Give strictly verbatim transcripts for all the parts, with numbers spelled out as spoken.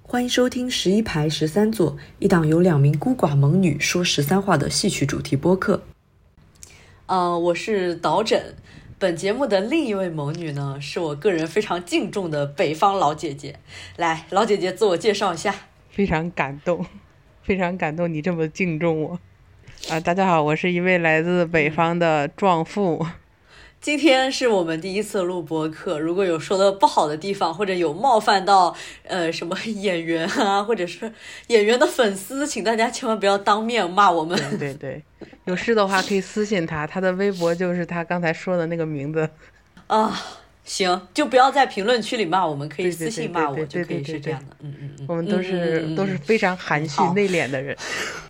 欢迎收听十一排十三座，一档由两名孤寡猛女说十三话的戏曲主题播客。呃，我是导枕。本节目的另一位猛女呢，是我个人非常敬重的北方老姐姐。来，老姐姐自我介绍一下。 非常感动，非常感动你这么敬重我啊！大家好，我是一位来自北方的壮妇。 今天是我们第一次录播客，如果有说的不好的地方，或者有冒犯到呃什么演员啊，或者是演员的粉丝，请大家千万不要当面骂我们。 对对对，有事的话可以私信他，他的微博就是他刚才说的那个名字啊。行，就不要在评论区里骂我们，可以私信骂我就可以，是这样的。嗯嗯嗯， 我们都是、嗯、都是非常含蓄内敛的人。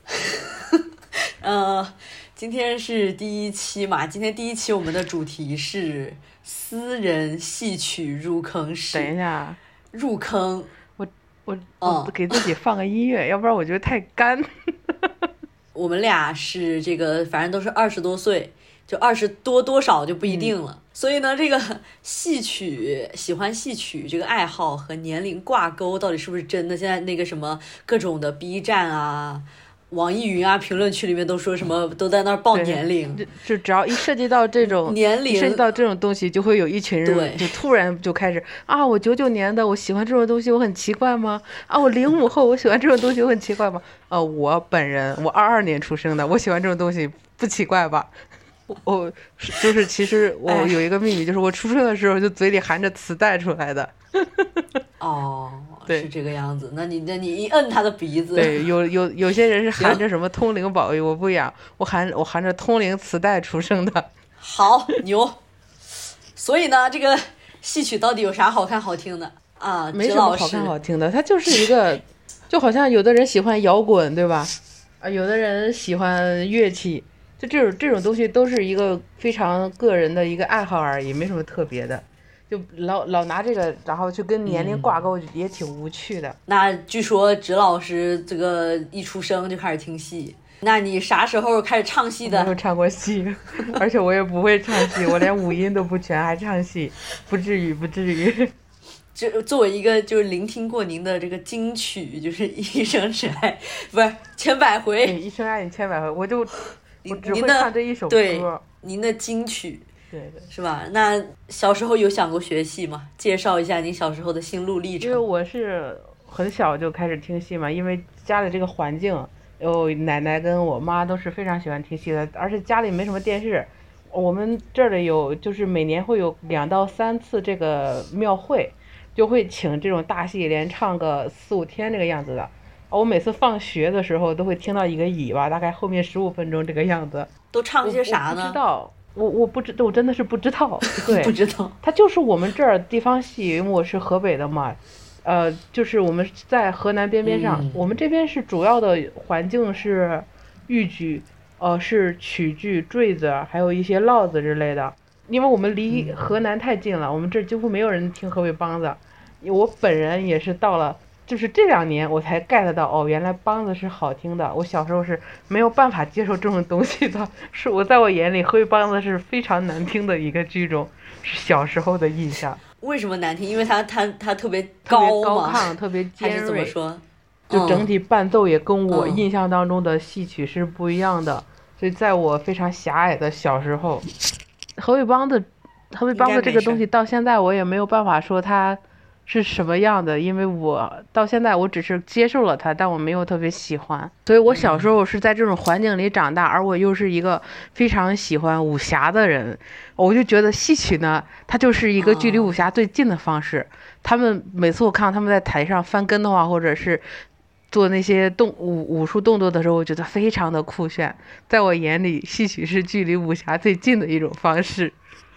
呃。今天是第一期嘛，今天第一期我们的主题是私人戏曲入坑史。 等一下， 入坑， 我我我给自己放个音乐，嗯、要不然我觉得太干。 我们俩是这个，反正都是二十多岁，就二十多多少就不一定了。嗯、所以呢，这个戏曲喜欢戏曲这个爱好和年龄挂钩到底是不是真的？现在那个什么各种的 B 站啊。网易云啊，评论区里面都说什么，都在那儿报年龄， 就就只要一涉及到这种年龄， 涉及到这种东西，就会有一群人就突然就开始啊，我九九年的，我喜欢这种东西，我很奇怪吗？啊，我零五后，我喜欢这种东西，我很奇怪吗？呃，我本人我二二年出生的，我喜欢这种东西不奇怪吧？我就是其实我有一个秘密，就是我出生的时候就嘴里含着磁带出来的。 哦，是这个样子。那你那你一摁他的鼻子， 对，有有有些人是含着什么通灵宝玉，我不一样，我含我含着通灵磁带出生的。 好牛！所以呢，这个戏曲到底有啥好看好听的啊？ 没什么好看好听的，它就是一个，就好像有的人喜欢摇滚，对吧？啊，有的人喜欢乐器，就这种这种东西都是一个非常个人的一个爱好而已，没什么特别的。就老老拿这个，然后去跟年龄挂钩，也挺无趣的。 嗯、那据说植老师这个一出生就开始听戏，那你啥时候开始唱戏的？ 没有唱过戏，而且我也不会唱戏，我连五音都不全，还唱戏，不至于，不至于。 就作为一个就是聆听过您的这个金曲，就是一生只爱，不是千百回， 一生爱你千百回，我就我只会唱这一首歌。 对，您的金曲。 对对， 是吧？那小时候有想过学戏吗？介绍一下您小时候的心路历程。 因为我是很小就开始听戏嘛，因为家里这个环境，有奶奶跟我妈都是非常喜欢听戏的，而且家里没什么电视。我们这里有，就是每年会有两到三次这个庙会，就会请这种大戏，连唱个四五天这个样子的。我每次放学的时候都会听到一个尾巴，大概后面十五分钟这个样子。 都唱些啥呢？ 我不知道。我我不知道，我真的是不知道，对， 不知道。 它就是我们这儿地方戏，因为我是河北的嘛，呃，就是我们在河南边边上，嗯、我们这边是主要的环境是豫剧，呃，是曲剧、坠子，还有一些烙子之类的。因为我们离河南太近了，嗯、我们这几乎没有人听河北梆子。我本人也是到了。就是这两年我才 get 到哦，原来梆子是好听的。我小时候是没有办法接受这种东西的，是我在我眼里河北梆子是非常难听的一个剧种，是小时候的印象。 为什么难听？因为它它它特别高嘛，特别高亢，特别尖锐。 还是怎么说？ 就整体伴奏也跟我印象当中的戏曲是不一样的，嗯、所以在我非常狭隘的小时候，河北梆子，河北梆子这个东西到现在我也没有办法说它。是什么样的？因为我到现在我只是接受了它，但我没有特别喜欢。所以我小时候是在这种环境里长大，而我又是一个非常喜欢武侠的人，我就觉得戏曲呢，它就是一个距离武侠最近的方式。他们每次我看到他们在台上翻跟头啊，或者是做那些动武武术动作的时候，我觉得非常的酷炫。在我眼里，戏曲是距离武侠最近的一种方式。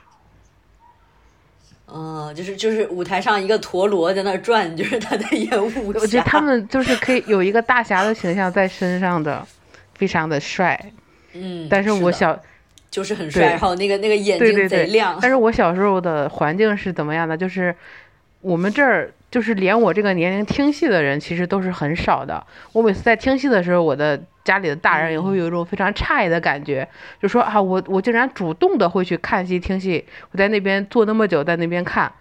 嗯，就是就是舞台上一个陀螺在那儿转，就是他在演武侠。 我觉得他们就是可以有一个大侠的形象在身上的，非常的帅。 嗯， 但是我小就是很帅，然后那个那个眼睛贼亮。 对对对。但是我小时候的环境是怎么样的？就是我们这儿就是连我这个年龄听戏的人其实都是很少的。我每次在听戏的时候，我的家里的大人也会有一种非常诧异的感觉，嗯、就说啊，我我竟然主动的会去看戏听戏，我在那边坐那么久，在那边看。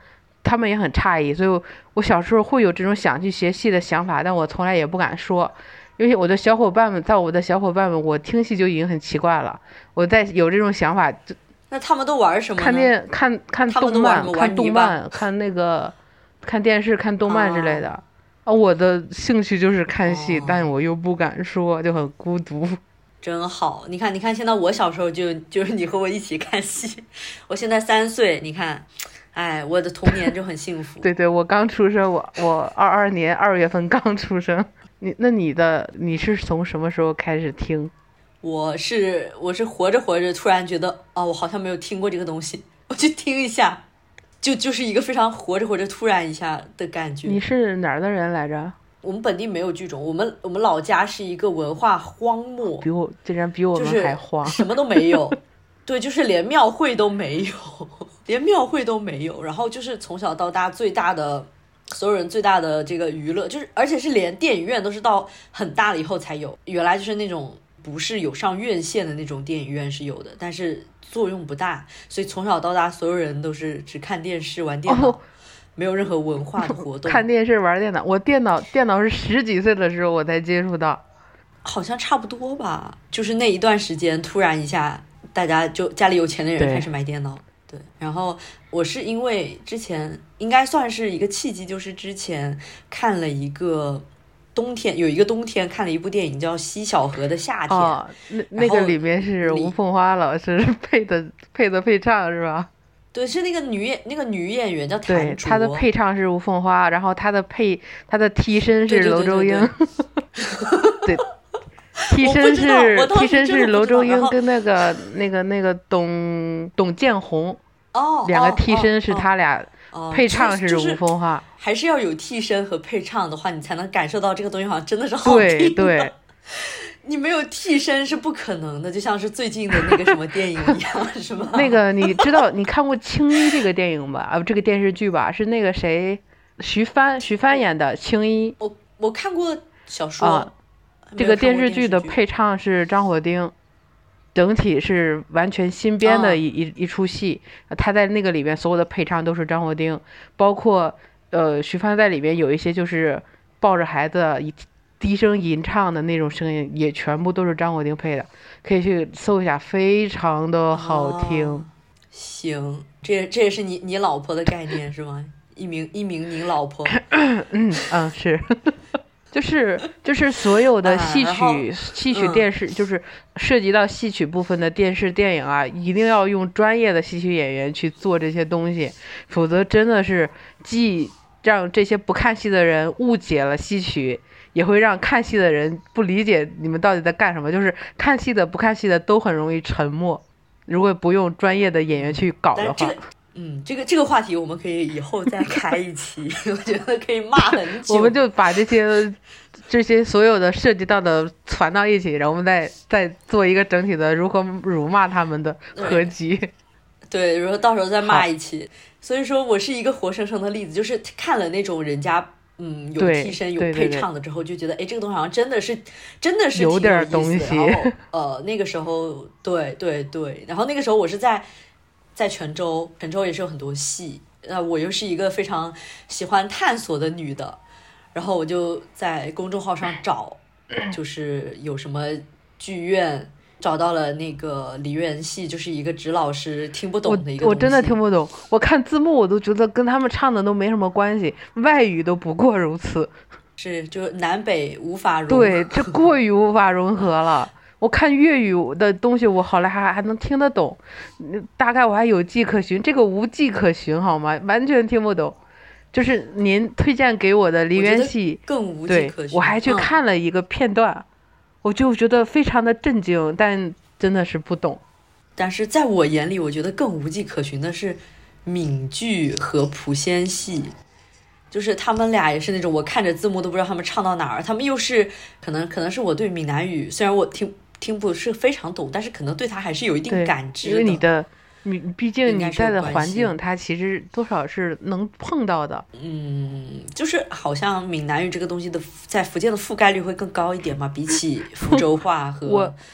他们也很诧异，所以我小时候会有这种想去学戏的想法，但我从来也不敢说，因为我的小伙伴们，在我的小伙伴们，我听戏就已经很奇怪了，我在有这种想法， 那他们都玩什么呢？ 看电看看动漫，看动漫，看那个看电视，看动漫之类的。啊，我的兴趣就是看戏，哦，但我又不敢说，就很孤独。 真好，你看，你看，现在我小时候就就是你和我一起看戏，我现在三岁，你看，哎，我的童年就很幸福。 对对，我刚出生，我我二二年二月份刚出生。你那你的你是从什么时候开始听？ 我是我是活着活着突然觉得哦，我好像没有听过这个东西，我去听一下，就就是一个非常活着活着突然一下的感觉。 你是哪儿的人来着？ 我们本地没有剧种，我们我们老家是一个文化荒漠， 比我竟然比我们还荒， 就是、什么都没有。对，就是连庙会都没有，连庙会都没有。然后就是从小到大最大的，所有人最大的这个娱乐，就是而且是连电影院都是到很大了以后才有。原来就是那种不是有上院线的那种电影院是有的，但是作用不大，所以从小到大所有人都是只看电视玩电脑。哦，没有任何文化的活动。 看电视玩电脑，我电脑电脑是十几岁的时候我才接触到， 好像差不多吧。就是那一段时间，突然一下，大家就家里有钱的人开始买电脑。对，对，然后我是因为之前应该算是一个契机，就是之前看了一个冬天，有一个冬天看了一部电影叫《西小河的夏天》。 哦，那那个里面是吴凤花老师配的配的配唱是吧？ 对，是那个女演那个女演员叫谭卓， 她的配唱是吴凤花，然后她的配她的替身是娄周英，对，替身是替身是娄周英跟那个那个那个董董建宏， 哦， 两个替身是他俩，哦，配唱是吴凤花， 就是，还是要有替身和配唱的话，你才能感受到这个东西好像真的是好听。 对对。 你没有替身是不可能的，就像是最近的那个什么电影一样，是吗？ 那个你知道你看过《青衣》这个电影吧？啊，这个电视剧吧，是那个谁，徐帆，徐帆演的《青衣》。 我我看过小说， 啊，这个电视剧的配唱是张火丁，整体是完全新编的一、哦、一一出戏。他在那个里面所有的配唱都是张火丁，包括呃徐帆在里面有一些就是抱着孩子一。低声吟唱的那种声音也全部都是张火丁配的，可以去搜一下，非常的好听。哦， 行，这这也是你你老婆的概念是吗？一名一名您老婆。 嗯嗯是，就是就是所有的戏曲、啊、戏曲电视、嗯，就是涉及到戏曲部分的电视电影啊，一定要用专业的戏曲演员去做这些东西，否则真的是既让这些不看戏的人误解了戏曲。也会让看戏的人不理解你们到底在干什么，就是看戏的不看戏的都很容易沉默，如果不用专业的演员去搞的话。 这个嗯，这个这个话题我们可以以后再开一期我觉得可以骂很久。 我们就把这些这些所有的涉及到的传到一起，然后我们再再做一个整体的如何辱骂他们的合集。 对，对，然后到时候再骂一期。所以说我是一个活生生的例子，就是看了那种人家嗯，有替身有配唱的之后，就觉得哎，这个东西好像真的是真的是挺有意思的。有点东西。然后呃，那个时候对对对，然后那个时候我是在在泉州，泉州也是有很多戏。呃，我又是一个非常喜欢探索的女的，然后我就在公众号上找，就是有什么剧院。找到了那个梨园戏，就是一个指老师听不懂的一个东西。 我, 我真的听不懂，我看字幕我都觉得跟他们唱的都没什么关系，外语都不过如此。 是，就南北无法融合。 对，这过于无法融合了。我看粤语的东西，我好赖还还能听得懂，大概我还有迹可循。这个无迹可循，好吗？完全听不懂。就是您推荐给我的梨园戏， 更无迹可循。 对，我还去看了一个片段。嗯，我就觉得非常的震惊，但真的是不懂。 但是在我眼里，我觉得更无迹可循的是闽剧和莆仙戏，就是他们俩也是那种我看着字幕都不知道他们唱到哪儿，他们又是可能可能是我对闽南语虽然我听听不是非常懂，但是可能对它还是有一定感知的。 因为你的你毕竟你在的环境，它其实多少是能碰到的。 嗯，就是好像闽南语这个东西的在福建的覆盖率会更高一点嘛，比起福州话和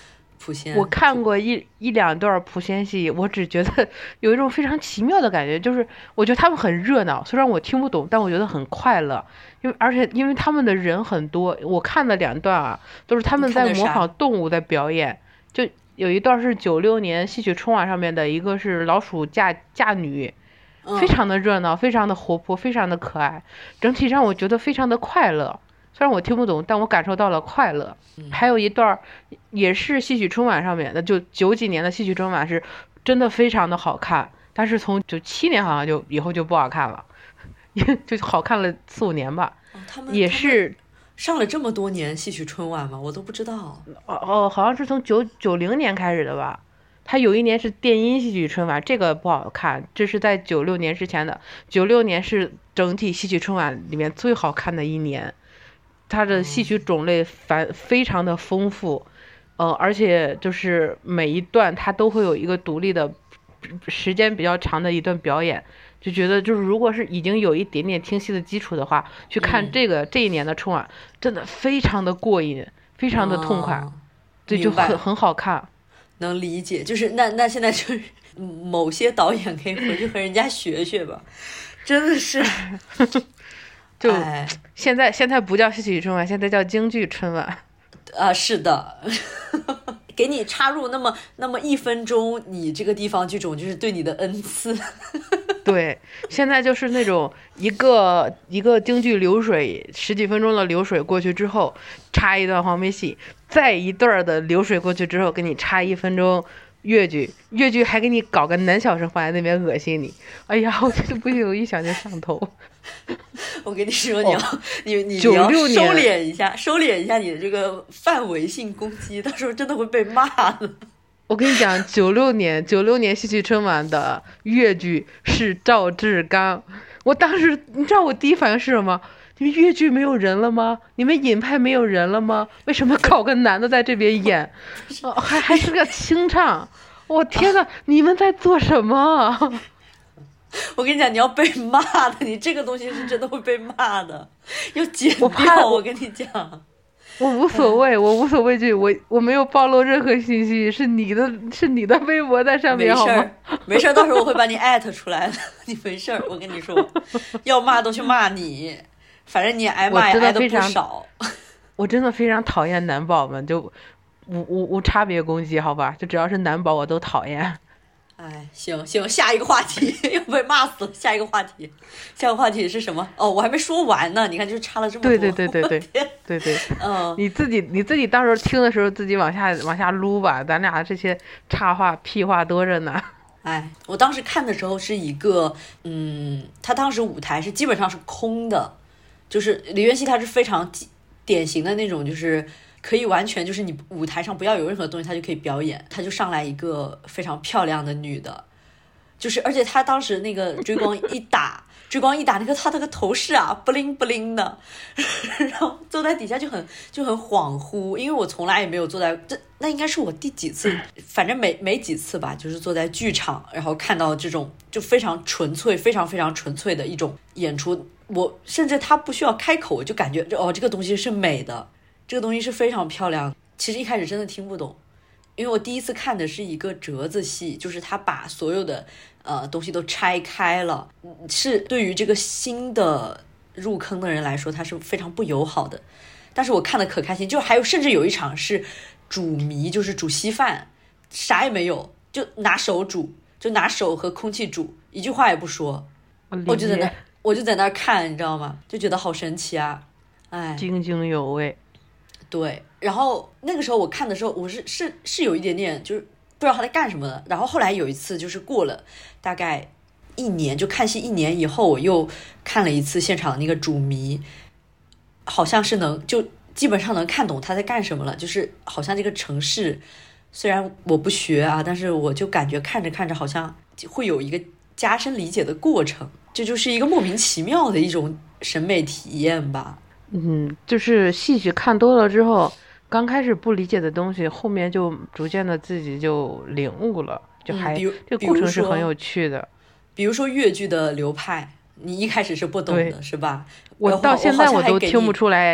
普贤。 我看过一一两段普贤戏，我只觉得有一种非常奇妙的感觉，就是我觉得他们很热闹，虽然我听不懂，但我觉得很快乐。因为而且因为他们的人很多，我看了两段啊，都是他们在模仿动物的表演。就有一段是九六年戏曲春晚上面的一个是老鼠嫁嫁女，非常的热闹，非常的活泼，非常的可爱，整体让我觉得非常的快乐。虽然我听不懂，但我感受到了快乐。还有一段也是戏曲春晚上面的，就九几年的戏曲春晚是真的非常的好看，但是从九七年好像就以后就不好看了，就好看了四五年吧。 哦、他们也是上了这么多年戏曲春晚吗？我都不知道。 哦哦，好像是从九九零年开始的吧。他有一年是电音戏曲春晚，这个不好看，这是在九六年之前的。九六年是整体戏曲春晚里面最好看的一年。它的戏曲种类繁非常的丰富，呃，而且就是每一段它都会有一个独立的时间比较长的一段表演，就觉得就是如果是已经有一点点听戏的基础的话，去看这个、嗯、这一年的春晚，真的非常的过瘾，非常的痛快，哦、对，就很很好看。 能理解，就是那那现在就是某些导演可以回去和人家学学吧，真的是。 就现在现在不叫戏曲春晚，现在叫京剧春晚。 啊，是的，给你插入那么那么一分钟，你这个地方剧种就是对你的恩赐。 对，现在就是那种一个一个京剧流水十几分钟的流水过去之后，插一段黄梅戏，再一段的流水过去之后，给你插一分钟越剧，越剧还给你搞个男小生放在那边恶心你，哎呀，我这不行，我一想就上头。 我跟你说，你要、哦、你你你要收敛一下，收敛一下你的这个范围性攻击，到时候真的会被骂的。 我跟你讲，九六年九六年戏曲春晚的越剧是赵志刚，我当时你知道我第一反应是什么？你们越剧没有人了吗？你们尹派没有人了吗？为什么搞个男的在这边演？哦、还还是个清唱，我天哪！你们在做什么？ 我跟你讲，你要被骂的，你这个东西是真的会被骂的，要剪掉。我, 我跟你讲， 我无所谓，我无所畏惧，我我没有暴露任何信息，是你的，是你的微博在上面，好吗？ 没事，到时候我会把你艾特出来的，你没事，我跟你说，要骂都去骂你，反正你挨骂也挨的不少。 我真的非常讨厌男宝们，就无无无差别攻击，好吧？就只要是男宝我都讨厌。 哎，行行，下一个话题又被骂死了。下一个话题，下一个话题是什么？哦，我还没说完呢。你看，就差了这么多。 对对对对对对对，嗯，你自己你自己到时候听的时候，自己往下往下撸吧。咱俩这些插话屁话多着呢。 哎，我当时看的时候是一个，嗯，他当时舞台是基本上是空的，就是梨园戏，它是非常典型的那种，就是可以完全就是你舞台上不要有任何东西，他就可以表演。他就上来一个非常漂亮的女的，就是而且他当时那个追光一打，追光一打，那个他那个头饰啊，不灵不灵的，然后坐在底下就很就很恍惚，因为我从来也没有坐在这，那应该是我第几次，反正没没几次吧，就是坐在剧场，然后看到这种就非常纯粹、非常非常纯粹的一种演出。我甚至他不需要开口，我就感觉哦，这个东西是美的。这个东西是非常漂亮。其实一开始真的听不懂，因为我第一次看的是一个折子戏，就是他把所有的呃东西都拆开了，是对于这个新的入坑的人来说，它是非常不友好的。但是我看的可开心，就还有甚至有一场是煮米，就是煮稀饭，啥也没有，就拿手煮，就拿手和空气煮，一句话也不说，我就在那我就在那看，你知道吗？就觉得好神奇啊，哎， 津津有味。 对，然后那个时候我看的时候，我是是是有一点点就是不知道他在干什么的。然后后来有一次就是过了大概一年，就看戏一年以后，我又看了一次现场那个煮迷，好像是能就基本上能看懂他在干什么了。就是好像这个程式，虽然我不学啊，但是我就感觉看着看着好像会有一个加深理解的过程，这就是一个莫名其妙的一种审美体验吧。 嗯，就是戏曲看多了之后，刚开始不理解的东西，后面就逐渐的自己就领悟了，就还、嗯、这个过程是很有趣的。 比如说越剧的流派，你一开始是不懂的，是吧？ 我到现在我都听不出来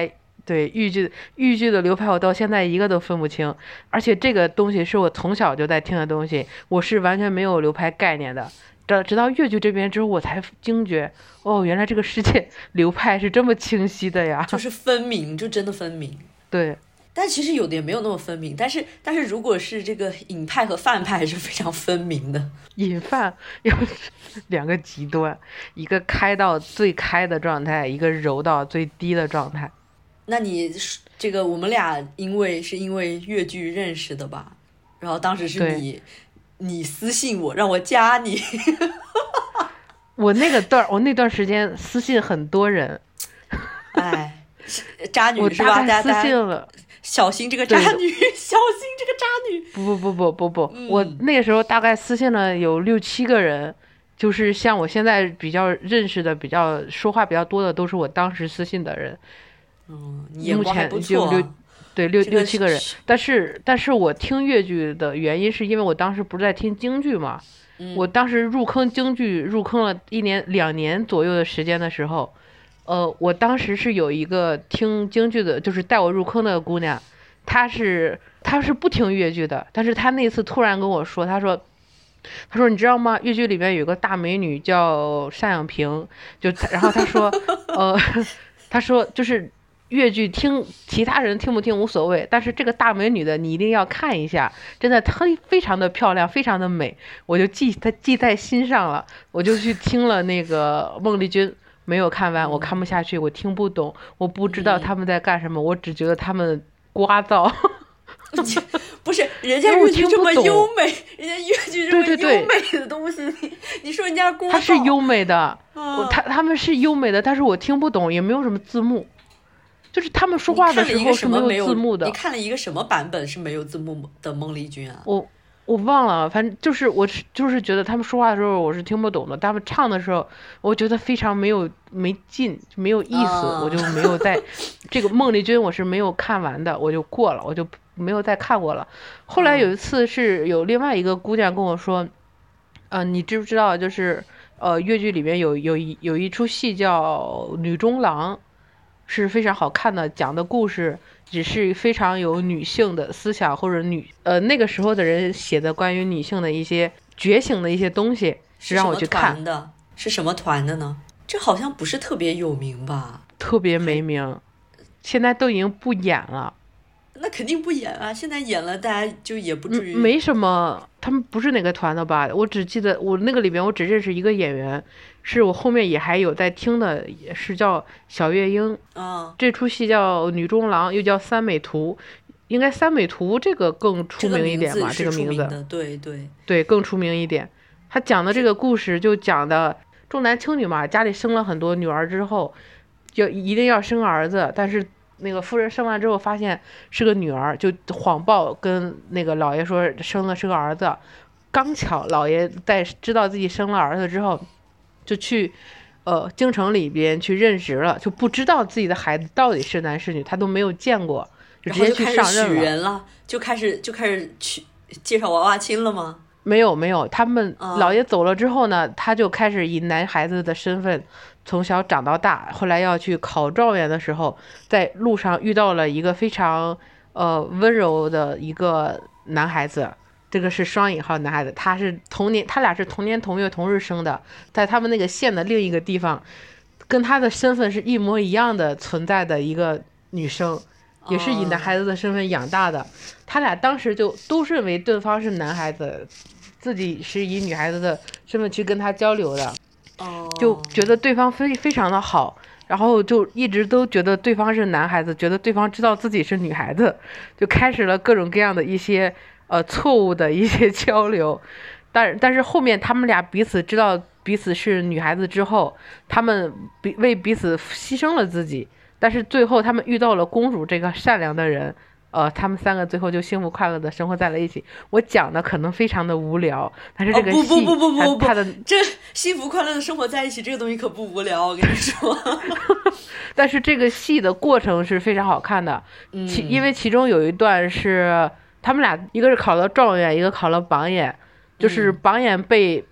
对，豫剧豫剧的流派我到现在一个都分不清，而且这个东西是我从小就在听的东西，我是完全没有流派概念的。直直到越剧这边之后，我才惊觉，哦，原来这个世界流派是这么清晰的呀， 就是分明，就真的分明。 对， 但其实有的也没有那么分明，但是但是如果是这个隐派和反派是非常分明的。 隐犯有两个极端，一个开到最开的状态，一个柔到最低的状态。 那你这个我们俩因为是因为越剧认识的吧？然后当时是你你私信我让我加你。 我那个段我那段时间私信很多人。 哎，渣女是吧？ 我大概私信了， 小心这个渣女，小心这个渣女。 不不不不不不、 嗯， 我那个时候大概私信了有六七个人，就是像我现在比较认识的、比较说话比较多的，都是我当时私信的人。 嗯，眼光还不错、啊。 目前就六对六、 这个、 六七个人，但是但是我听越剧的原因是因为我当时不是在听京剧嘛， 嗯、 我当时入坑京剧入坑了一年两年左右的时间的时候，呃，我当时是有一个听京剧的，就是带我入坑的姑娘，她是她是不听越剧的，但是她那次突然跟我说，她说。他说：“你知道吗？越剧里面有个大美女叫单养平，就然后他说，呃，他说就是越剧听其他人听不听无所谓，但是这个大美女的你一定要看一下，真的她非常的漂亮，非常的美，我就记她记在心上了，我就去听了那个孟丽君，没有看完，我看不下去，我听不懂，我不知道他们在干什么，我只觉得他们聒噪。” 不是人家越剧这么优美，人家越剧这么优美的东西，你你说人家聒噪， 它是优美的， 嗯、 他他们是优美的，但是我听不懂，也没有什么字幕，就是他们说话的时候是没有字幕的。 你看了一个什么版本是没有字幕的孟丽君啊？ 我我忘了，反正就是我就是觉得他们说话的时候我是听不懂的，他们唱的时候我觉得非常没有没劲，没有意思， 啊、 我就没有在这个孟丽君我是没有看完的，我就过了，我就没有再看过了。后来有一次是有另外一个姑娘跟我说，嗯、呃，你知不知道就是呃越剧里面有有一有一出戏叫《女中郎》，是非常好看的，讲的故事只是非常有女性的思想，或者女呃那个时候的人写的关于女性的一些觉醒的一些东西，是让我去看的。是什么团的呢？这好像不是特别有名吧？ 特别没名，现在都已经不演了。 那肯定不演啊！现在演了，大家就也不至于、 嗯、没什么。他们不是哪个团的吧？我只记得我那个里边，我只认识一个演员，是我后面也还有在听的，也是叫小月英。 嗯， 这出戏叫《女中郎》，又叫三美图，应该三美图这个更出名一点吧？这个名字， 名对对对，更出名一点。他讲的这个故事就讲的重男轻女嘛，家里生了很多女儿之后，就一定要生儿子，但是。那个夫人生完之后发现是个女儿，就谎报跟那个老爷说生了是个儿子。刚巧老爷在知道自己生了儿子之后，就去呃京城里边去任职了，就不知道自己的孩子到底是男是女，他都没有见过，就直接去上任了。 然后就开始许人了，就开始就开始去介绍娃娃亲了吗？ 没有没有，他们老爷走了之后呢，嗯、他就开始以男孩子的身份。从小长到大，后来要去考状元的时候，在路上遇到了一个非常呃温柔的一个男孩子，这个是双引号男孩子，他是同年，他俩是同年同月同日生的，在他们那个县的另一个地方，跟他的身份是一模一样的存在的一个女生，也是以男孩子的身份养大的，他俩当时就都认为对方是男孩子，自己是以女孩子的身份去跟他交流的。就觉得对方非非常的好，然后就一直都觉得对方是男孩子，觉得对方知道自己是女孩子，就开始了各种各样的一些呃错误的一些交流。但但是后面他们俩彼此知道彼此是女孩子之后，他们彼为彼此牺牲了自己，但是最后他们遇到了公主这个善良的人。呃，他们三个最后就幸福快乐的生活在了一起。我讲的可能非常的无聊，但是这个戏、哦、 不不不不不它的这幸福快乐的生活在一起这个东西可不无聊，我跟你说。 但是这个戏的过程是非常好看的， 嗯、 其因为其中有一段是他们俩一个是考了状元，一个考了榜眼，就是榜眼被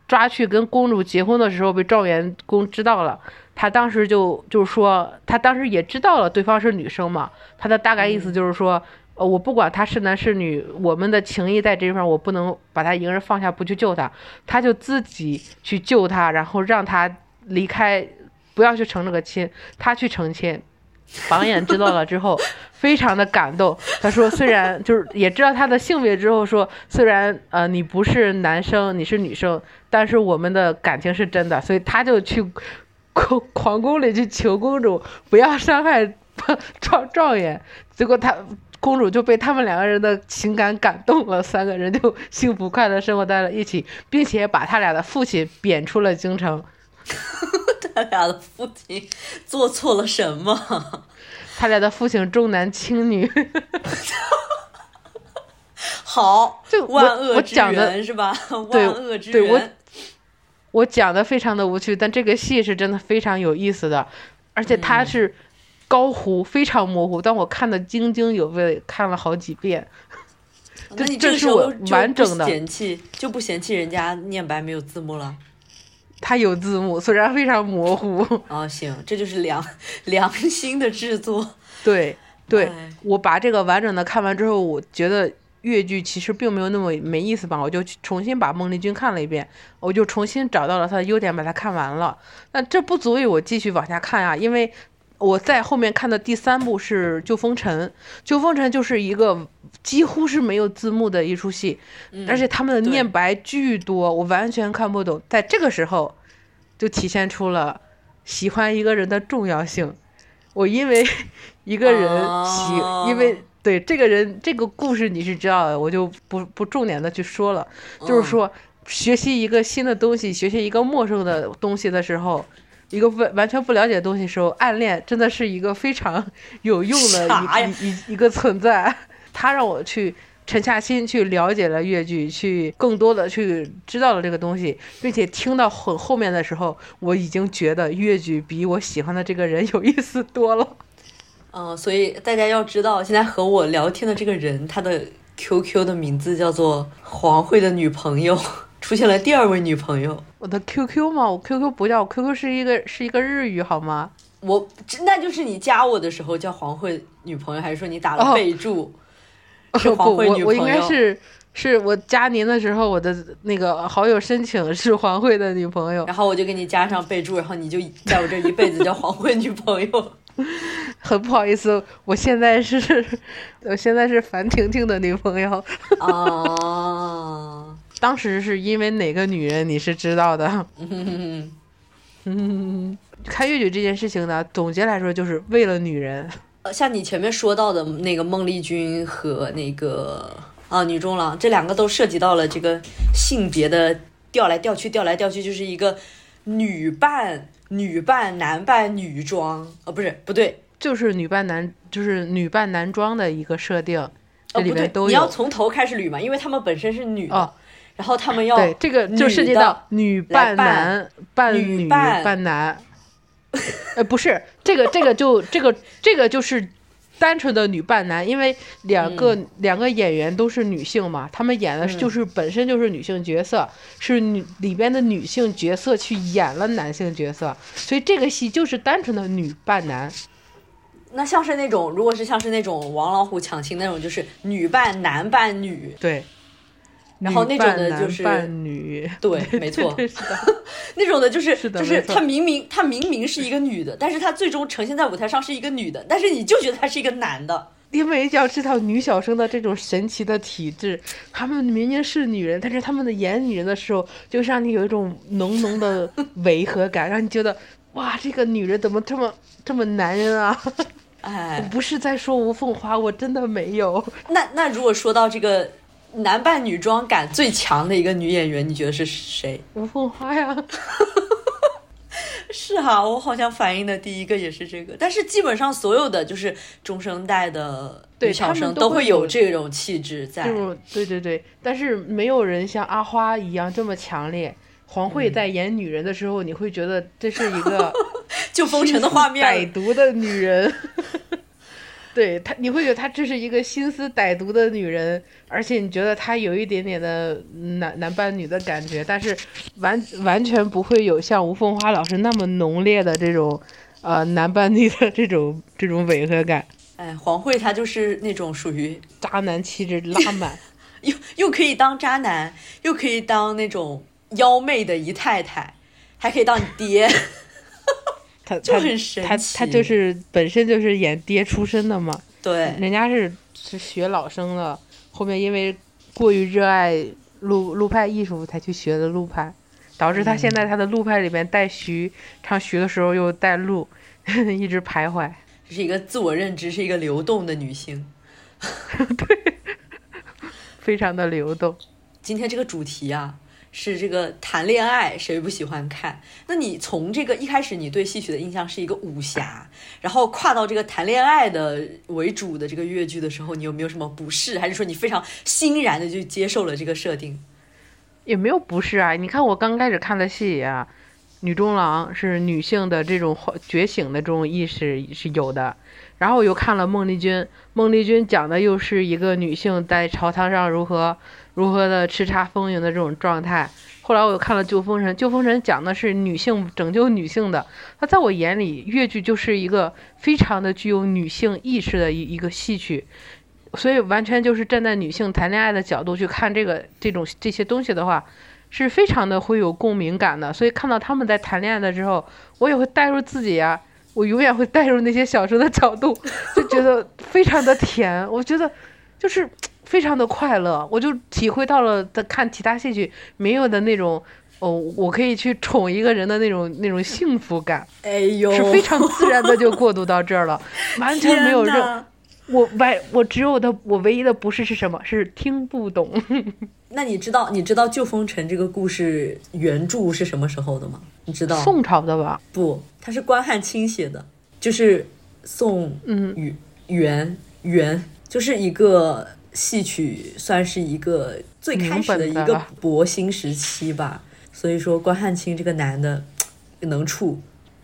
抓去跟公主结婚的时候被状元公知道了，他当时就就是说，他当时也知道了对方是女生嘛，他的大概意思就是说，呃，我不管他是男是女，我们的情谊在这地方，我不能把他一个人放下不去救他，他就自己去救他，然后让他离开，不要去成这个亲，他去成亲。榜眼知道了之后非常的感动，他说虽然就是也知道他的性别之后说，虽然呃你不是男生你是女生，但是我们的感情是真的，所以他就去皇宫里去求公主不要伤害状状元，结果他公主就被他们两个人的情感感动了，三个人就幸福快乐生活在了一起，并且把他俩的父亲贬出了京城。 他俩的父亲做错了什么？ 他俩的父亲重男轻女。 好， 就万恶之源源是吧？ 对万恶之对，我源。 我讲的非常的无趣，但这个戏是真的非常有意思的，而且它是高糊，非常模糊，但我看得津津有味，看了好几遍。 那你这是我完整的， 就不嫌弃就不嫌弃人家念白没有字幕了。 它有字幕，虽然非常模糊。 哦，行，这就是良良心的制作。 对对、 哎， 我把这个完整的看完之后，我觉得越剧其实并没有那么没意思吧，我就重新把孟丽君看了一遍，我就重新找到了它的优点，把它看完了。那这不足以我继续往下看呀，因为我在后面看的第三部是《救风尘》，《救风尘》就是一个几乎是没有字幕的一出戏、嗯、而且他们的念白巨多，我完全看不懂。在这个时候就体现出了喜欢一个人的重要性。我因为一个人喜、哦、因为对这个人这个故事你是知道的，我就不不重点的去说了、嗯、就是说学习一个新的东西，学习一个陌生的东西的时候，一个完全不了解的东西的时候，暗恋真的是一个非常有用的一一一个存在。他让我去沉下心去了解了越剧，去更多的去知道了这个东西，并且听到很后面的时候，我已经觉得越剧比我喜欢的这个人有意思多了。 嗯、呃，所以大家要知道，现在和我聊天的这个人，他的 Q Q 的名字叫做黄慧的女朋友，出现了第二位女朋友。 我的 Q Q 吗？我 Q Q 不叫，我 Q Q 是一个是一个日语好吗？ 我那就是你加我的时候叫黄慧女朋友，还是说你打了备注？哦是黄慧女朋友。 我我应该是是我加您的时候，我的那个好友申请是黄慧的女朋友， 然后我就给你加上备注，然后你就在我这一辈子叫黄慧女朋友。 很不好意思，我现在是我现在是樊婷婷的女朋友。 哦， 当时是因为哪个女人你是知道的？ 嗯嗯，看越剧这件事情呢，总结来说就是为了女人。 呃，像你前面说到的那个孟丽君和那个啊女中郎，这两个都涉及到了这个性别的调来调去，调来调去，就是一个女扮女扮男扮女装，呃，不是不对， 就是女扮男，就是女扮男装的一个设定，这里面都有。 哦、你要从头开始捋嘛，因为他们本身是女的， 哦、 然后他们要对这个就涉及到女扮男扮女扮男。呃，不是这个，这个就这个这个就是单纯的女扮男，因为两个、嗯、两个演员都是女性嘛，他们演的就是本身就是女性角色，嗯、是女里边的女性角色去演了男性角色，所以这个戏就是单纯的女扮男。 那像是那种，如果是像是那种王老虎抢亲那种，就是女扮男扮女， 对。 然后那种的就是扮女， 对，没错，那种的就是是就是她明明她明明是一个女的，但是她最终呈现在舞台上是一个女的，但是你就觉得她是一个男的。 因为要知道女小生的这种神奇的体质，她们明明是女人，但是她们的演女人的时候，就让你有一种浓浓的违和感，让你觉得哇，这个女人怎么这么这么男人啊？ 哎， 我不是在说吴凤华，我真的没有。 那那如果说到这个男扮女装感最强的一个女演员，你觉得是谁？ 吴凤华呀。 是哈，我好像反应的第一个也是这个，但是基本上所有的就是中生代的女小生都会有这种气质在。 对对对，但是没有人像阿花一样这么强烈。黄慧在演女人的时候，嗯、你会觉得这是一个救风尘的画面， 歹毒的女人。 对她，你会觉得她这是一个心思歹毒的女人，而且你觉得她有一点点的男男扮女的感觉，但是完完全不会有像吴凤花老师那么浓烈的这种呃男扮女的这种这种违和感。 哎，黄慧她就是那种属于渣男气质拉满， 又又可以当渣男，又可以当那种妖媚的姨太太，还可以当你爹。 他就很神奇， 他他就是本身就是演爹出身的嘛， 对， 人家是是学老生的，后面因为过于热爱陆陆派艺术才去学的陆派，导致他现在他的陆派里面带徐，唱徐的时候又带陆，一直徘徊。 这是一个自我认知是一个流动的女性。 对，非常的流动。 今天这个主题啊是这个谈恋爱，谁不喜欢看？那你从这个一开始你对戏曲的印象是一个武侠，然后跨到这个谈恋爱的为主的这个越剧的时候，你有没有什么不适，还是说你非常欣然的就接受了这个设定？ 也没有不适啊，你看我刚开始看的戏啊，女中郎是女性的这种觉醒的这种意识是有的，然后我又看了孟丽君，孟丽君讲的又是一个女性在朝堂上如何如何的叱咤风云的这种状态。后来我又看了《救风尘》，《救风尘》讲的是女性拯救女性的。那在我眼里，越剧就是一个非常的具有女性意识的一一个戏曲，所以完全就是站在女性谈恋爱的角度去看这个这种这些东西的话，是非常的会有共鸣感的。所以看到他们在谈恋爱的时候，我也会带入自己啊，我永远会带入那些小时候的角度，就觉得非常的甜。我觉得就是非常的快乐，我就体会到了在看其他戏曲没有的那种哦，我可以去宠一个人的那种那种幸福感。 哎呦， 是非常自然的就过渡到这儿了，完全没有任我外我只有的我唯一的不适是什么？是听不懂。 那你知道你知道《救风尘》这个故事原著是什么时候的吗？你知道？ 宋朝的吧？ 不，它是关汉卿写的，就是宋嗯元元，就是一个戏曲，算是一个最开始的一个博兴时期吧。所以说关汉卿这个男的能处。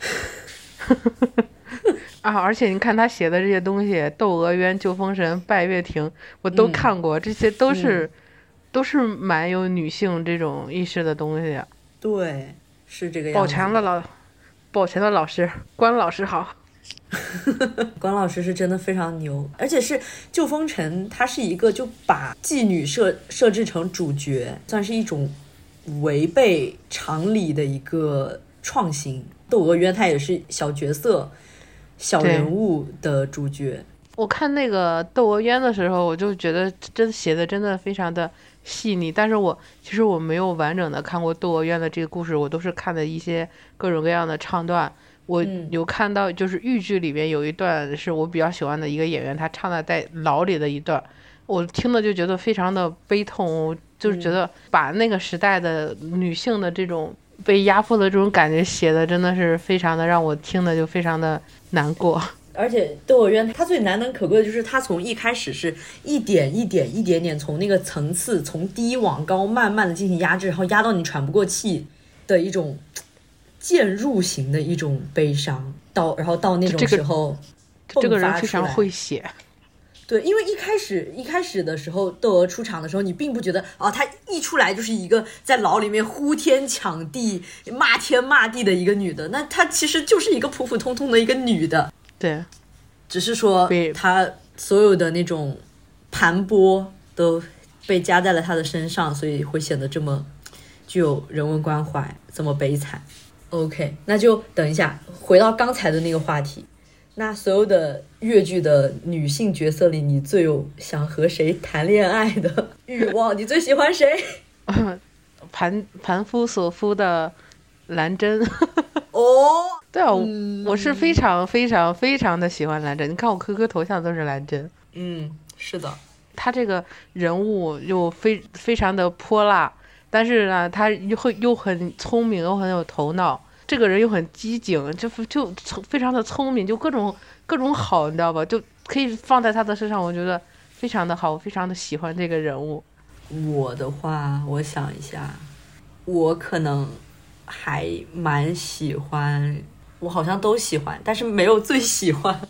啊！而且你看他写的这些东西，《窦娥冤》《救风尘》《拜月亭》，我都看过，嗯、这些都是、嗯、都是蛮有女性这种意识的东西。 对，是这个样子。 保全了老，保全了老师，关老师好。 关老师是真的非常牛，而且是《救风尘》，它是一个就把妓女设设置成主角，算是一种违背常理的一个创新。窦娥冤它也是小角色。小人物的主角， 我看那个《窦娥冤》的时候，我就觉得真写的真的非常的细腻。但是我其实我没有完整的看过《窦娥冤》的这个故事，我都是看的一些各种各样的唱段。我有看到就是豫剧里面有一段是我比较喜欢的一个演员，他唱的在牢里的一段，我听的就觉得非常的悲痛，就是觉得把那个时代的女性的这种被压迫的这种感觉写的真的是非常的让我听的就非常的难过。 而且窦娥冤它最难能可贵的就是它从一开始是一点一点一点点从那个层次从低往高慢慢的进行压制，然后压到你喘不过气的一种渐入型的一种悲伤，到然后到那种时候这个、这个人非常会写。 对，因为一开始一开始的时候，窦娥出场的时候，你并不觉得啊，她一出来就是一个在牢里面呼天抢地、骂天骂地的一个女的，那她其实就是一个普普通通的一个女的。 对， 只是说她所有的那种盘剥都被加在了她的身上，所以会显得这么具有人文关怀，这么悲惨。OK， 那就等一下，回到刚才的那个话题。那所有的越剧的女性角色里，你最有想和谁谈恋爱的欲望？你最喜欢谁？ 盘盘夫索夫的兰贞。 哦， 对啊、嗯，我是非常非常非常的喜欢兰贞。你看我 Q Q 头像都是兰贞。 嗯，是的， 她这个人物又非非常的泼辣，但是呢，她又会又很聪明，又很有头脑。这个人又很机警，就就非常的聪明，就各种各种好，你知道吧？就可以放在他的身上，我觉得非常的好，我非常的喜欢这个人物。 我的话，我想一下，我可能还蛮喜欢，我好像都喜欢，但是没有最喜欢。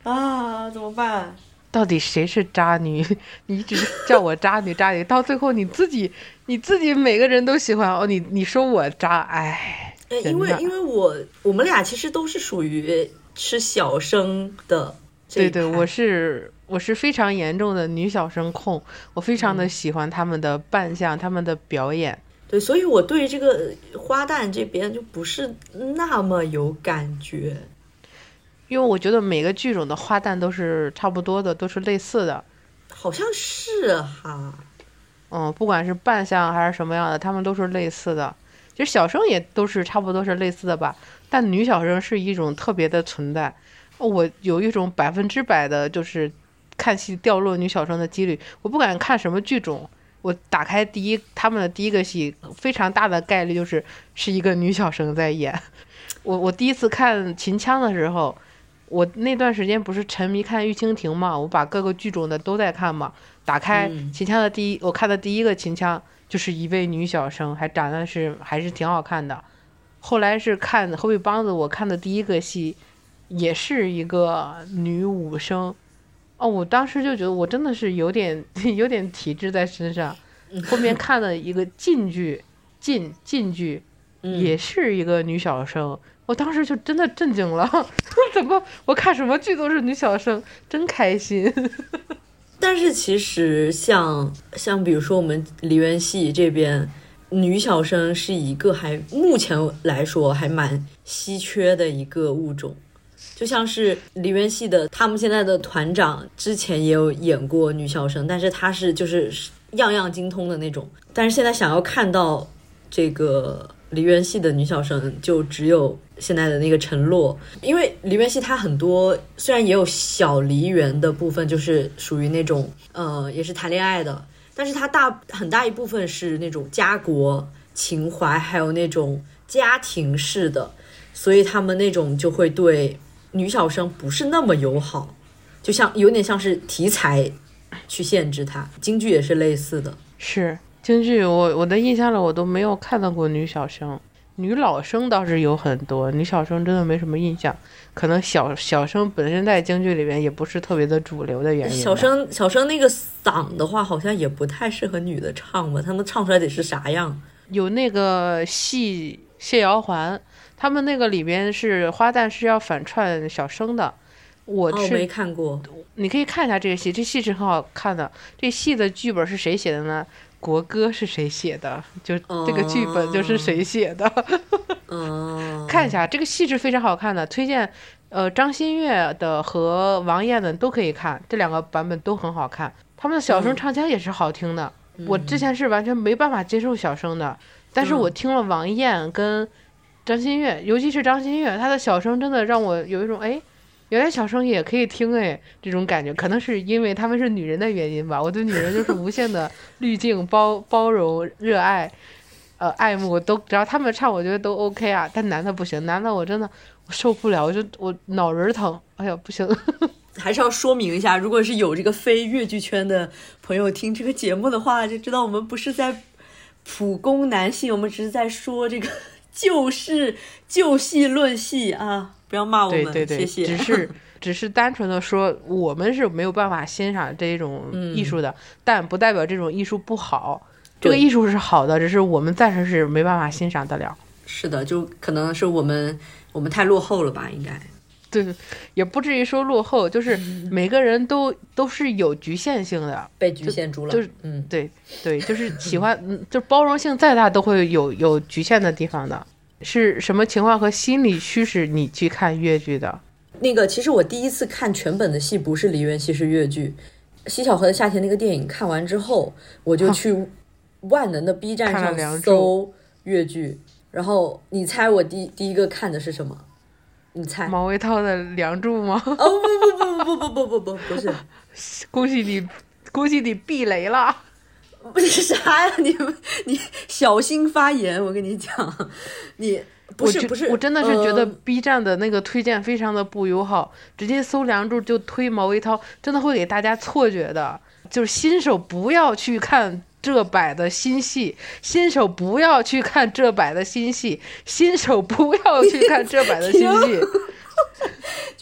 啊，怎么办？ 到底谁是渣女？你一直叫我渣女渣女，到最后你自己你自己每个人都喜欢哦，你你说我渣，哎， 因为因为我我们俩其实都是属于吃小生的。 对对，我是我是非常严重的女小生控，我非常的喜欢他们的扮相、嗯、他们的表演。 对，所以我对这个花旦这边就不是那么有感觉， 因为我觉得每个剧种的花旦都是差不多的，都是类似的。 好像是哈， 嗯，不管是扮相还是什么样的，他们都是类似的。其实小生也都是差不多是类似的吧，但女小生是一种特别的存在。我有一种百分之百的就是看戏掉落女小生的几率，我不管看什么剧种，我打开第一他们的第一个戏，非常大的概率就是是一个女小生在演。我我第一次看秦腔的时候，我那段时间不是沉迷看玉蜻蜓嘛，我把各个剧种的都在看嘛，打开秦腔的第一、嗯、我看的第一个秦腔就是一位女小生，还长得是还是挺好看的。后来是看后背帮子，我看的第一个戏也是一个女武生，哦，我当时就觉得我真的是有点有点体质在身上。后面看了一个晋剧，晋晋剧也是一个女小生，我当时就真的震惊了，怎么我看什么剧都是女小生，真开心。 但是其实像像比如说我们梨园戏这边，女小生是一个还目前来说还蛮稀缺的一个物种。就像是梨园戏的他们现在的团长之前也有演过女小生，但是他是就是样样精通的那种，但是现在想要看到这个梨园戏的女小生就只有现在的那个陈洛。因为梨园戏它很多虽然也有小梨园的部分，就是属于那种呃也是谈恋爱的，但是它大很大一部分是那种家国情怀，还有那种家庭式的，所以他们那种就会对女小生不是那么友好，就像有点像是题材去限制它。京剧也是类似的。 是京剧我我的印象里我都没有看到过女小生，女老生倒是有很多，女小生真的没什么印象，可能小小生本身在京剧里面也不是特别的主流的原因。 小生小生那个嗓的话好像也不太适合女的唱吧，他们唱出来得是啥样？ 有那个戏谢瑶环，他们那个里边是花旦是要反串小生的，我是、 哦、没看过。 你可以看一下这个戏，这戏是很好看的。这戏的剧本是谁写的呢？国歌是谁写的？就这个剧本就是谁写的。 哦看一下这个戏是非常好看的，推荐呃张馨月的和王艳的都可以看，这两个版本都很好看，他们的小生唱腔也是好听的、嗯、我之前是完全没办法接受小生的，但是我听了王艳跟张馨月，尤其是张馨月，她的小生真的让我有一种哎，原来小生也可以听哎，这种感觉。可能是因为他们是女人的原因吧，我对女人就是无限的滤镜包包容热爱呃爱慕，都只要他们唱我觉得都 OK 啊，但男的不行，男的我真的我受不了，我就我脑仁疼，哎呀不行。 还是要说明一下，如果是有这个非粤剧圈的朋友听这个节目的话，就知道我们不是在普攻男性，我们只是在说这个就事就戏论戏啊，不要骂我们， 对对对， 谢谢。 只是只是单纯的说我们是没有办法欣赏这种艺术的、嗯、但不代表这种艺术不好，这个艺术是好的，只是我们暂时是没办法欣赏得了。 是的，就可能是我们我们太落后了吧，应该。 对，也不至于说落后，就是每个人都都是有局限性的， 被局限住了。 就是嗯，对对，就是喜欢，嗯，就包容性再大都会有有局限的地方的。是什么情况和心理驱使你去看粤剧的？ 那个，其实我第一次看全本的戏不是梨园戏，是粤剧《西小河的夏天》那个电影，看完之后我就去万能的 B 站上搜粤剧，然后你猜我第第一个看的是什么？你猜？ 毛维涛的《梁祝》吗？ 哦不不不不不不不不不是， 恭喜你，恭喜你避雷了。 不是啥呀？你你小心发言，我跟你讲，你不是不是， 我真的是觉得 B 站的那个推荐非常的不友好，呃、直接搜《梁祝》就推毛维涛，真的会给大家错觉的。就是新手不要去看这版的新戏，新手不要去看这版的新戏，新手不要去看这版的新戏。 救命！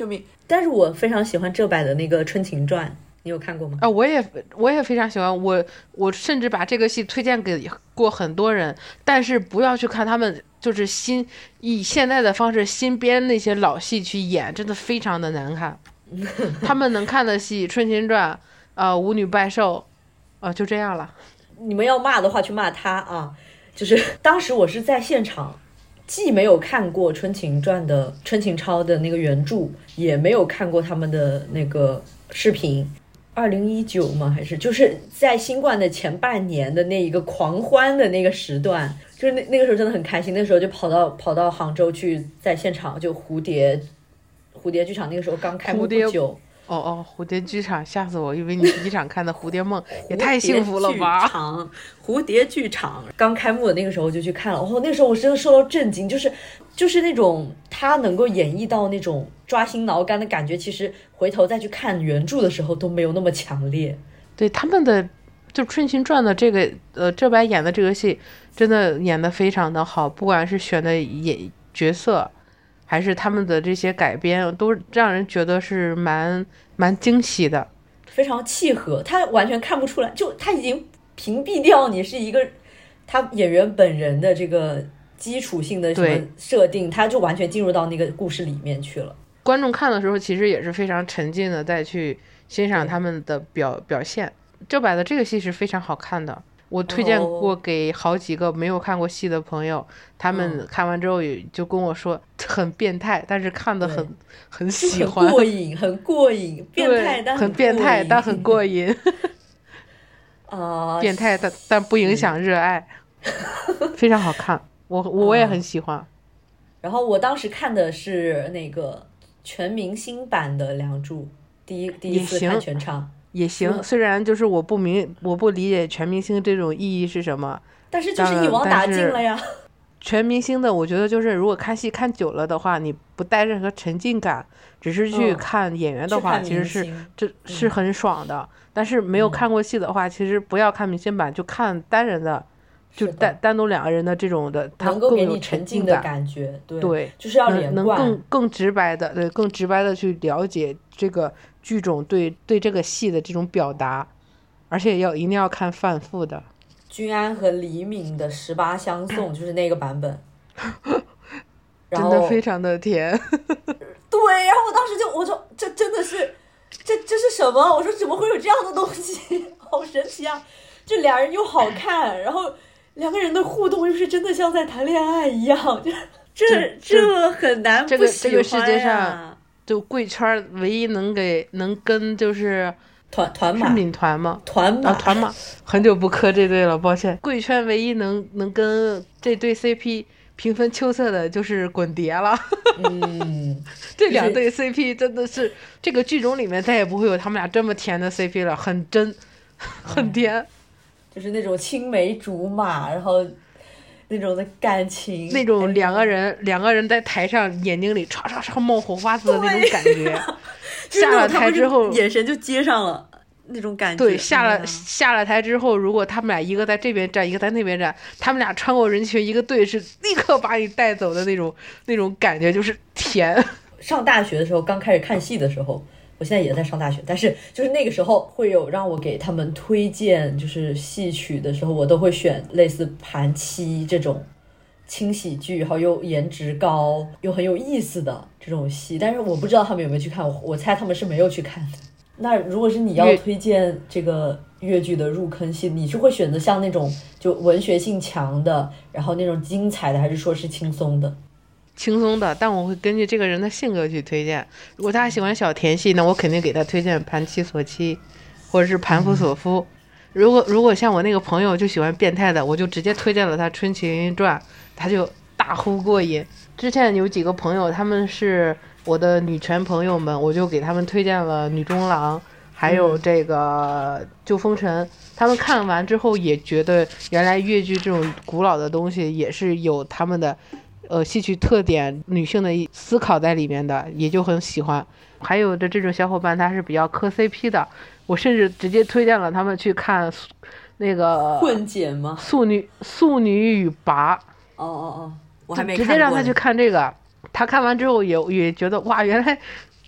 但是我非常喜欢这版的那个《春情传》，你有看过吗？ 啊，我也我也非常喜欢，我我甚至把这个戏推荐给过很多人，但是不要去看他们就是新以现在的方式新编那些老戏去演，真的非常的难看。他们能看的戏《春情传》呃《舞女拜寿》呃就这样了。 你们要骂的话去骂他啊！就是当时我是在现场，既没有看过《春情传》的春情超的那个原著，也没有看过他们的那个视频。二零一九吗？还是就是在新冠的前半年的那一个狂欢的那个时段，就是那那个时候真的很开心。那时候就跑到跑到杭州去，在现场就蝴蝶蝴蝶剧场，那个时候刚开幕不久。 哦哦，蝴蝶剧场，吓死我！以为你机场看的《蝴蝶梦》也太幸福了吧！ 蝴蝶剧场，蝴蝶剧场刚开幕的那个时候就去看了，哦，那个时候我真的受到震惊，就是就是那种他能够演绎到那种抓心挠肝的感觉，其实回头再去看原著的时候都没有那么强烈。 对他们的就《春情传》的这个呃这版演的这个戏，真的演得非常的好，不管是选的演角色。还是他们的这些改编都让人觉得是蛮蛮惊喜的， 非常契合，他完全看不出来，就他已经屏蔽掉你是一个他演员本人的这个基础性的什么设定，他就完全进入到那个故事里面去了。 观众看的时候其实也是非常沉浸的再去欣赏他们的表表现。这版的这个戏是非常好看的，我推荐过给好几个没有看过戏的朋友、哦、他们看完之后也就跟我说很变态，但是看得很很喜欢， 很过瘾，很过瘾，变态但很变态但很过瘾啊、呃， 变态但但不影响热爱非常好看，我我也很喜欢、呃、 然后我当时看的是那个全明星版的梁祝，第一第一次看全场也行，虽然就是我不明我不理解全明星这种意义是什么， 但是就是一网打尽了呀。 全明星的我觉得就是如果看戏看久了的话，你不带任何沉浸感，只是去看演员的话、嗯、其实是这、嗯、是很爽的。但是没有看过戏的话、嗯、其实不要看明星版，就看单人的，就单单独两个人的这种的，它更有沉浸的感觉。对， 对， 就是要连贯，能更更直白的，对，更直白的去了解这个剧种对对这个戏的这种表达，而且要一定要看反复的。 君安和黎敏的十八相送就是那个版本真的非常的甜对，然后我当时就我说这真的是这这是什么，我说怎么会有这样的东西，好神奇啊，就俩人又好看，然后两个人的互动又是真的像在谈恋爱一样，就这这很难不喜欢、啊、这个这个世界上就贵圈唯一能给能跟就是团团马是闽团吗？ 团马、 啊、团马，很久不磕这对了，抱歉。贵圈唯一能能跟这对 C P 平分秋色的就是滚蝶了。 嗯， 这两对 C P 真的是这个剧种里面再也不会有他们俩这么甜的 C P 了，很真，很甜、嗯， 就是那种青梅竹马，然后那种的感情， 那种两个人、哎、两个人在台上眼睛里唰唰唰冒火花子的那种感觉。下了台之后眼神就接上了那种感觉。 对，下了、嗯、下了台之后，如果他们俩一个在这边站一个在那边站，他们俩穿过人群一个队是立刻把你带走的那种那种感觉，就是甜。 上大学的时候刚开始看戏的时候，我现在也在上大学，但是就是那个时候会有让我给他们推荐就是戏曲的时候，我都会选类似盘七这种轻喜剧，然后又颜值高又很有意思的这种戏，但是我不知道他们有没有去看，我我猜他们是没有去看的。那如果是你要推荐这个粤剧的入坑戏，你是会选择像那种就文学性强的，然后那种精彩的，还是说是轻松的？ 轻松的，但我会根据这个人的性格去推荐。如果他喜欢小甜戏，那我肯定给他推荐盘七索妻或者是盘夫索夫、嗯、如果如果像我那个朋友就喜欢变态的，我就直接推荐了他春情传，他就大呼过瘾。之前有几个朋友他们是我的女权朋友们，我就给他们推荐了女中郎还有这个旧风尘、嗯、他们看完之后也觉得原来粤剧这种古老的东西也是有他们的呃戏曲特点女性的思考在里面的，也就很喜欢。还有的这种小伙伴他是比较磕 C P 的，我甚至直接推荐了他们去看那个混剪吗？ 素女素女与拔。 哦哦哦，我还没看过。 直接让他去看这个，他看完之后也也觉得哇，原来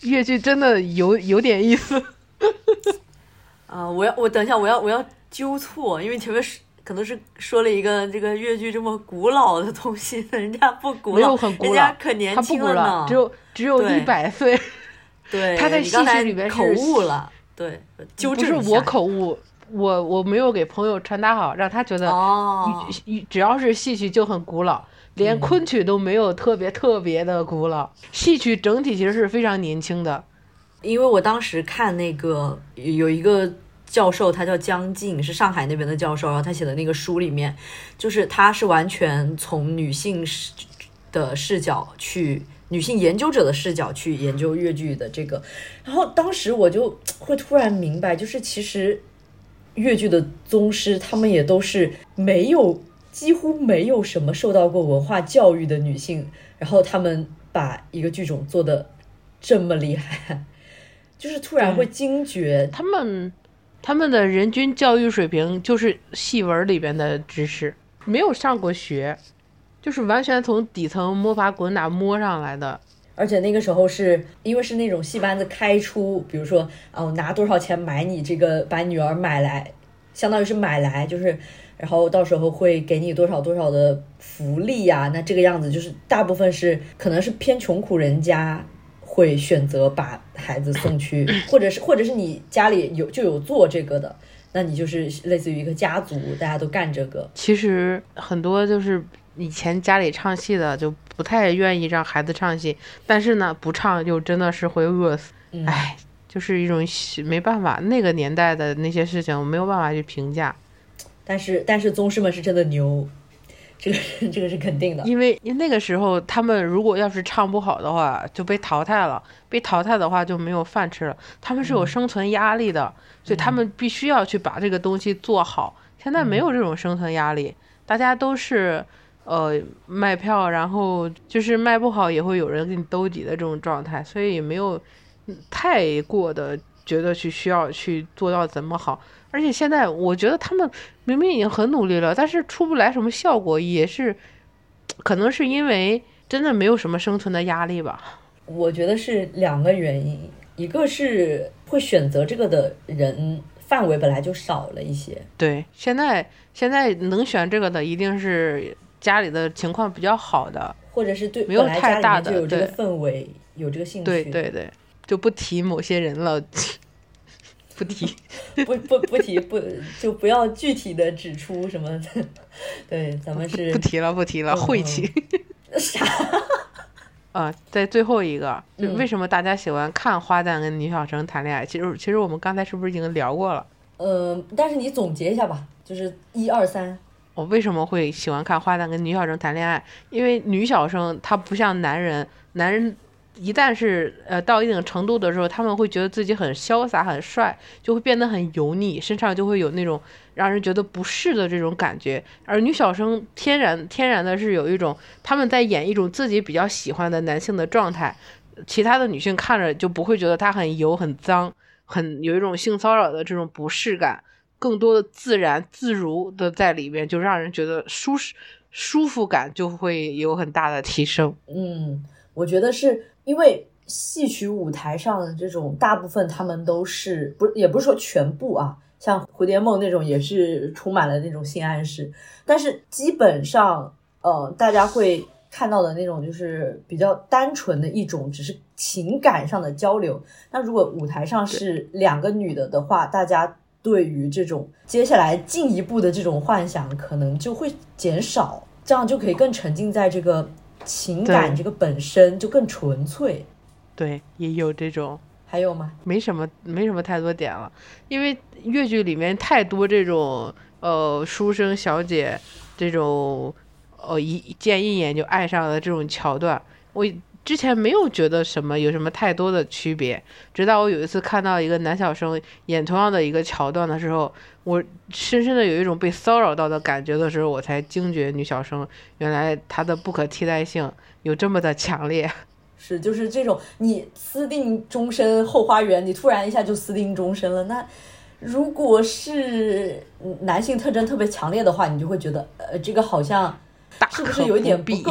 越剧真的有有点意思。 啊、呃，我要我等一下，我要我要纠错，因为前面是可能是说了一个这个越剧这么古老的东西，人家不古老， 没有很古老， 人家可年轻了呢， 只有只有一百岁。 对， 他在戏曲里面口误了，对，纠正一下。 不是我口误，我我没有给朋友传达好，让他觉得哦， 只要是戏曲就很古老，连昆曲都没有特别特别的古老，嗯、戏曲整体其实是非常年轻的。 因为我当时看那个有一个教授，他叫江静，是上海那边的教授，然后他写的那个书里面，就是他是完全从女性的视角去。女性研究者的视角去研究越剧的这个，然后当时我就会突然明白，就是其实越剧的宗师他们也都是没有几乎没有什么受到过文化教育的女性，然后他们把一个剧种做得这么厉害，就是突然会惊觉他们他们的人均教育水平就是戏文里边的知识，没有上过学，就是完全从底层摸爬滚打摸上来的。 而且那个时候是因为是那种戏班子开出，比如说啊，我拿多少钱买你这个，把女儿买来，相当于是买来，就是然后到时候会给你多少多少的福利呀、啊，那这个样子就是大部分是可能是偏穷苦人家会选择把孩子送去，或者是或者是你家里有就有做这个的，那你就是类似于一个家族，大家都干这个。 其实很多就是以前家里唱戏的就不太愿意让孩子唱戏，但是呢不唱就真的是会饿死。哎、嗯，就是一种没办法，那个年代的那些事情我没有办法去评价。 但是但是宗师们是真的牛，这个这个是肯定的。 因为因为那个时候他们如果要是唱不好的话就被淘汰了，被淘汰的话就没有饭吃了，他们是有生存压力的、嗯、所以他们必须要去把这个东西做好。现在没有这种生存压力、嗯、大家都是呃卖票，然后就是卖不好也会有人给你兜底的这种状态，所以也没有太过的觉得去需要去做到怎么好。而且现在我觉得他们明明已经很努力了，但是出不来什么效果，也是可能是因为真的没有什么生存的压力吧。 我觉得是两个原因，一个是会选择这个的人范围本来就少了一些。 对，现在现在能选这个的一定是家里的情况比较好的， 或者是对没有太大的就有这个氛围，有这个兴趣。 对对对，就不提某些人了。不提不不不提不就不要具体的指出什么的。对，咱们是不提了不提了，晦气。 啥啊，在最后一个，就为什么大家喜欢看花旦跟倪小生谈恋爱、嗯、其实其实我们刚才是不是已经聊过了？ 呃但是你总结一下吧，就是一二三。 我为什么会喜欢看花旦跟倪小生谈恋爱？因为女小生她不像男人，男人一旦是呃到一定程度的时候，他们会觉得自己很潇洒很帅，就会变得很油腻，身上就会有那种让人觉得不适的这种感觉。而女小生天然天然的是有一种他们在演一种自己比较喜欢的男性的状态，其他的女性看着就不会觉得他很油很脏，很有一种性骚扰的这种不适感，更多的自然自如的在里面，就让人觉得舒适舒服感就会有很大的提升。 嗯，我觉得是因为戏曲舞台上的这种大部分他们都是不也不是说全部啊，像蝴蝶梦那种也是充满了那种性暗示，但是基本上呃大家会看到的那种就是比较单纯的一种只是情感上的交流。那如果舞台上是两个女的的话，大家对于这种接下来进一步的这种幻想可能就会减少，这样就可以更沉浸在这个情感这个本身就更纯粹。 对，也有这种。 还有吗？ 没什么没什么太多点了，因为越剧里面太多这种呃书生小姐这种呃一见一眼就爱上了这种桥段，我之前没有觉得什么有什么太多的区别，直到我有一次看到一个男小生演同样的一个桥段的时候，我深深的有一种被骚扰到的感觉的时候，我才惊觉女小生原来她的不可替代性有这么的强烈。 是，就是这种你私定终身后花园，你突然一下就私定终身了，那如果是男性特征特别强烈的话，你就会觉得呃这个好像是不是有一点不够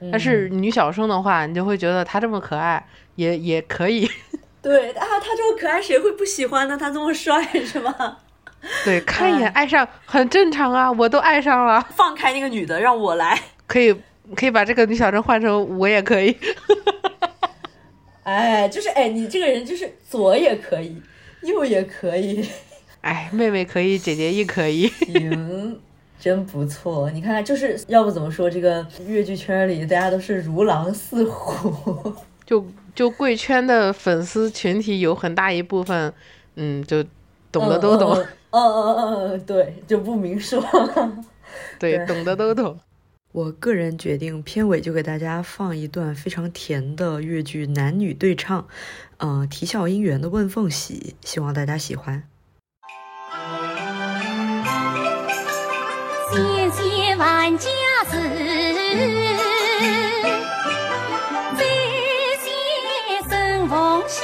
但是女小生的话，你就会觉得她这么可爱，也也可以。 对啊，他这么可爱，谁会不喜欢呢？他这么帅，是吗？ 对，看一眼爱上很正常啊，我都爱上了。 放开那个女的，让我来。 可以，可以把这个女小生换成我也可以。 哎，就是哎，你这个人就是左也可以，右也可以。 哎，妹妹可以，姐姐亦可以。 行，真不错。你看，就是要不怎么说这个粤剧圈里大家都是如狼似虎。 就就贵圈的粉丝群体有很大一部分，嗯，就懂得都懂。 嗯嗯嗯嗯，对，就不明说。 对，懂得都懂。 我个人决定片尾就给大家放一段非常甜的粤剧男女对唱，嗯、呃，啼笑姻缘的《问凤喜》，希望大家喜欢。 千千万家事，再现生凤喜，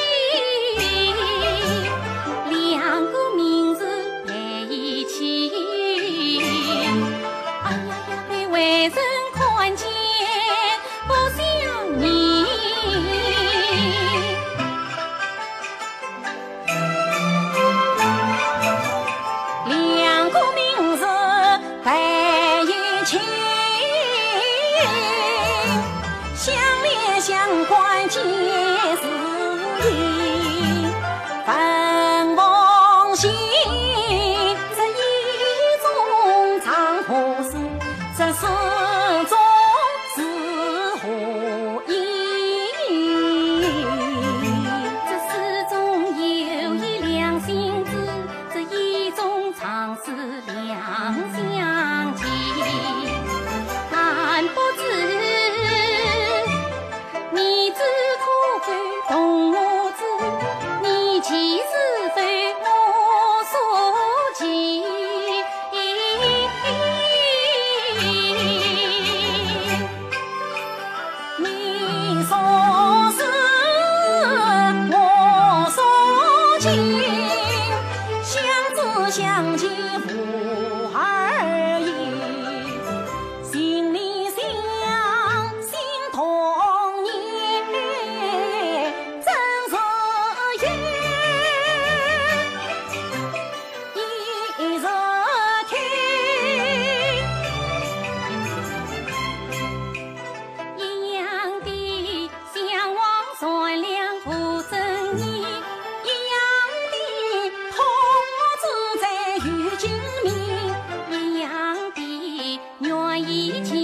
两个名字在一起。哎呀呀，被外人看见不相宜。两个名字在一起，相恋相关皆是意。分凤喜，这一种长河事，这是种是何意？这是种友谊两心知，这一种常是两相期。看不知你只可非同我知，你其是非我所及。你所思我所情，相知相惜无二意，心里相心同意，真是缘，一日天。一样的向往善良和正义，一样的同我自在与君明，一样的愿意情。